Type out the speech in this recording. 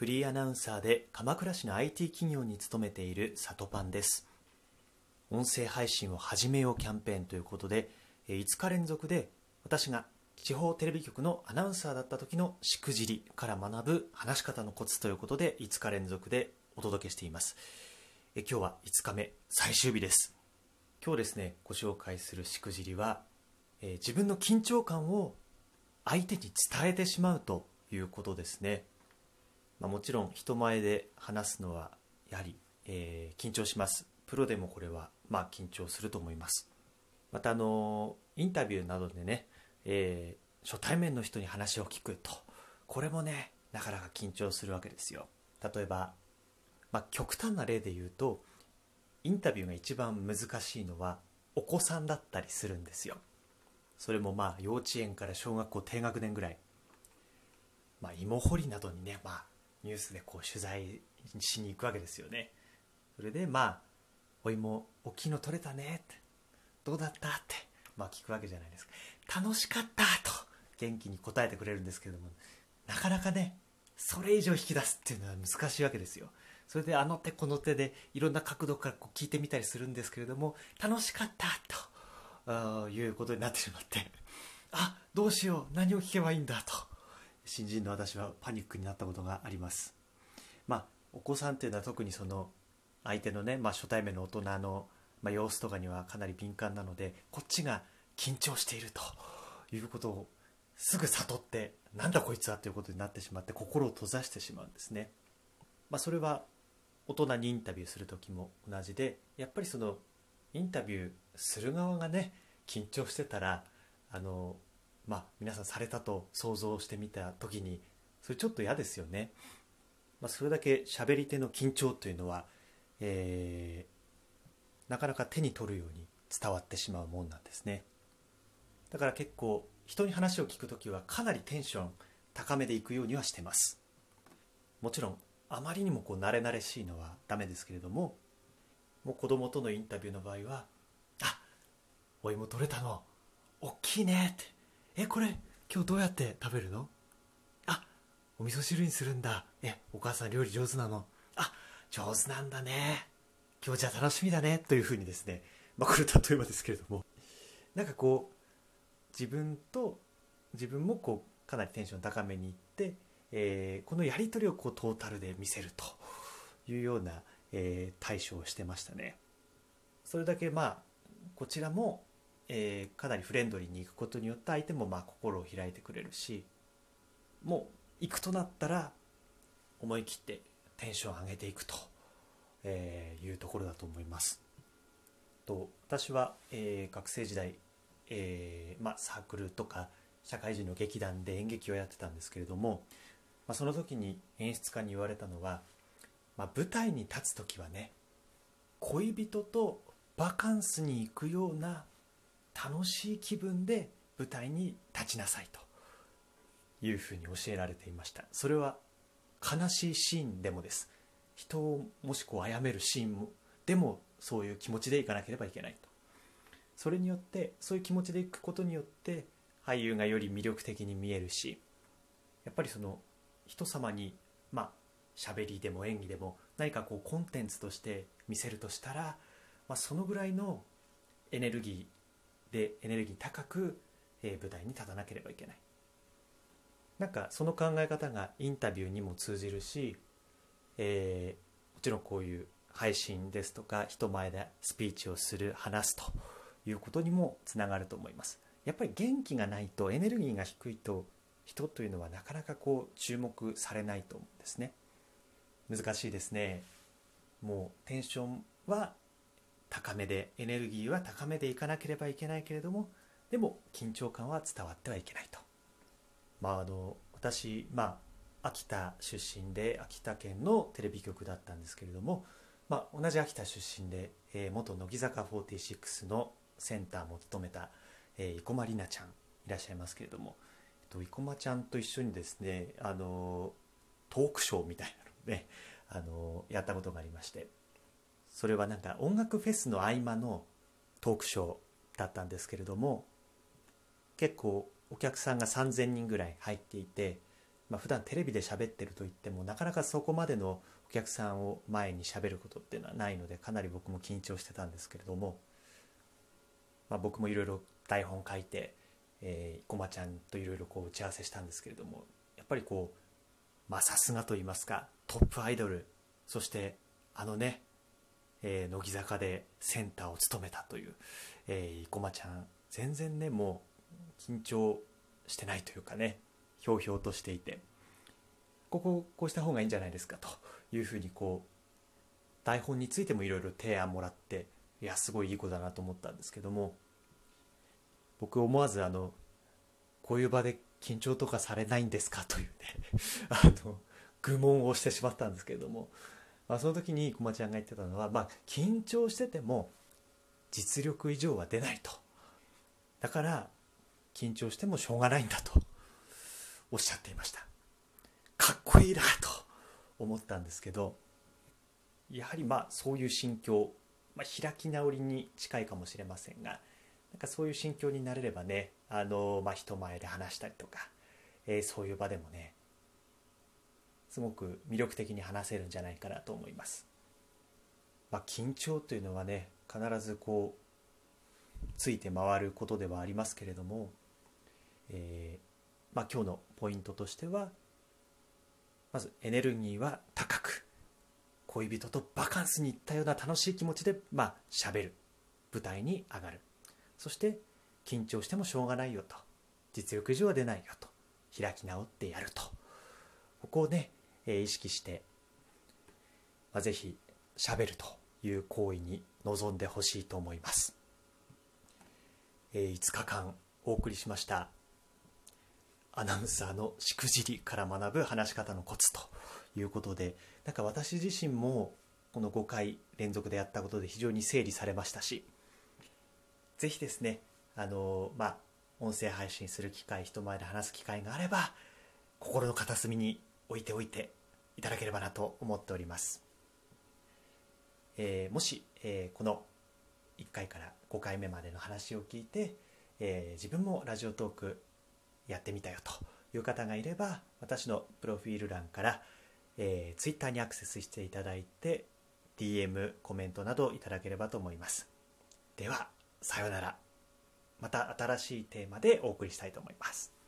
フリーアナウンサーで鎌倉市の IT 企業に勤めているさとパンです。音声配信を始めようキャンペーンということで、5日連続で私が地方テレビ局のアナウンサーだった時のしくじりから学ぶ話し方のコツということで5日連続でお届けしています。今日は5日目最終日です。今日ですね、ご紹介するしくじりは、自分の緊張感を相手に伝えてしまうということですね。もちろん人前で話すのはやはり、緊張します。プロでもこれは緊張すると思います。またインタビューなどでね、初対面の人に話を聞くと、これもねなかなか緊張するわけですよ。例えば、極端な例で言うと、インタビューが一番難しいのはお子さんだったりするんですよ。それも幼稚園から小学校低学年ぐらい、芋掘りなどにね、ニュースで取材しに行くわけですよね。それでお芋大きいの取れたねって、どうだったって聞くわけじゃないですか。楽しかったと元気に答えてくれるんですけれども、なかなかねそれ以上引き出すっていうのは難しいわけですよ。それであの手この手でいろんな角度から聞いてみたりするんですけれども、楽しかったということになってしまって、どうしよう、何を聞けばいいんだと新人の私はパニックになったことがあります。お子さんっていうのは特にその相手のね、初対面の大人の、様子とかにはかなり敏感なので、こっちが緊張しているということをすぐ悟って、なんだこいつはということになってしまって心を閉ざしてしまうんですね。それは大人にインタビューする時も同じで、やっぱりそのインタビューする側がね緊張してたら、皆さんされたと想像してみた時にそれちょっと嫌ですよね。それだけ喋り手の緊張というのは、なかなか手に取るように伝わってしまうもんなんですね。だから結構人に話を聞くときはかなりテンション高めでいくようにはしてます。もちろんあまりにも慣れ慣れしいのはダメですけれども、もう子供とのインタビューの場合は、お芋取れたの大きいねって、これ今日どうやって食べるの、お味噌汁にするんだ、お母さん料理上手なの、上手なんだね、今日じゃあ楽しみだねというふうにですね、これ例えばですけれども、自分もかなりテンション高めにいって、このやり取りをトータルで見せるというような、対処をしてましたね。それだけこちらも、かなりフレンドリーにいくことによって相手も心を開いてくれるし、もう行くとなったら思い切ってテンションを上げていくというところだと思います。私は、学生時代、サークルとか社会人の劇団で演劇をやってたんですけれども、その時に演出家に言われたのは、舞台に立つ時はね、恋人とバカンスに行くような楽しい気分で舞台に立ちなさいというふうに教えられていました。それは悲しいシーンでもです。人をもし殺めるシーンでもそういう気持ちでいかなければいけないと。それによって、そういう気持ちでいくことによって俳優がより魅力的に見えるし、やっぱりその人様に喋りでも演技でも何かコンテンツとして見せるとしたら、そのぐらいのエネルギー高く、舞台に立たなければいけない。その考え方がインタビューにも通じるし、もちろんこういう配信ですとか人前でスピーチをする、話すということにもつながると思います。やっぱり元気がないと、エネルギーが低いと、人というのはなかなか注目されないと思うんですね。難しいですね。もうテンションは高めで、エネルギーは高めでいかなければいけないけれども、でも緊張感は伝わってはいけないと。私、秋田出身で秋田県のテレビ局だったんですけれども、同じ秋田出身で、元乃木坂46のセンターも務めた、生駒里奈ちゃんいらっしゃいますけれども、生駒ちゃんと一緒にですね、トークショーみたいなのをね、やったことがありまして、それは音楽フェスの合間のトークショーだったんですけれども、結構お客さんが3000人ぐらい入っていて、 普段テレビで喋ってると言ってもなかなかそこまでのお客さんを前に喋ることっていうのはないので、かなり僕も緊張してたんですけれども、僕もいろいろ台本書いて、生駒ちゃんといろいろ打ち合わせしたんですけれども、やっぱりさすがと言いますか、トップアイドル、そして乃木坂でセンターを務めたという、生駒ちゃん、全然ねもう緊張してないというかね、ひょうひょうとしていて、こうした方がいいんじゃないですかというふうに台本についてもいろいろ提案もらって、いやすごいいい子だなと思ったんですけども、僕思わずこういう場で緊張とかされないんですかというね愚問をしてしまったんですけれども、その時に生駒ちゃんが言ってたのは、緊張してても実力以上は出ないと、だから緊張してもしょうがないんだとおっしゃっていました。かっこいいなと思ったんですけど、やはりそういう心境、開き直りに近いかもしれませんが、そういう心境になれればね、人前で話したりとか、そういう場でもねすごく魅力的に話せるんじゃないかなと思います。緊張というのはね、必ずついて回ることではありますけれども、今日のポイントとしては、まずエネルギーは高く、恋人とバカンスに行ったような楽しい気持ちで喋る、舞台に上がる、そして緊張してもしょうがないよと、実力以上は出ないよと、開き直ってやると、ここをね、意識して、ぜひ喋るという行為に臨んでほしいと思います。5日間お送りしましたアナウンサーのしくじりから学ぶ話し方のコツということで、私自身もこの5回連続でやったことで非常に整理されましたし、ぜひですね、音声配信する機会、人前で話す機会があれば、心の片隅に置いておいていただければなと思っております。もし、この1回から5回目までの話を聞いて、自分もラジオトークやってみたよという方がいれば、私のプロフィール欄から、Twitter にアクセスしていただいて DM、コメントなどいただければと思います。ではさようなら。また新しいテーマでお送りしたいと思います。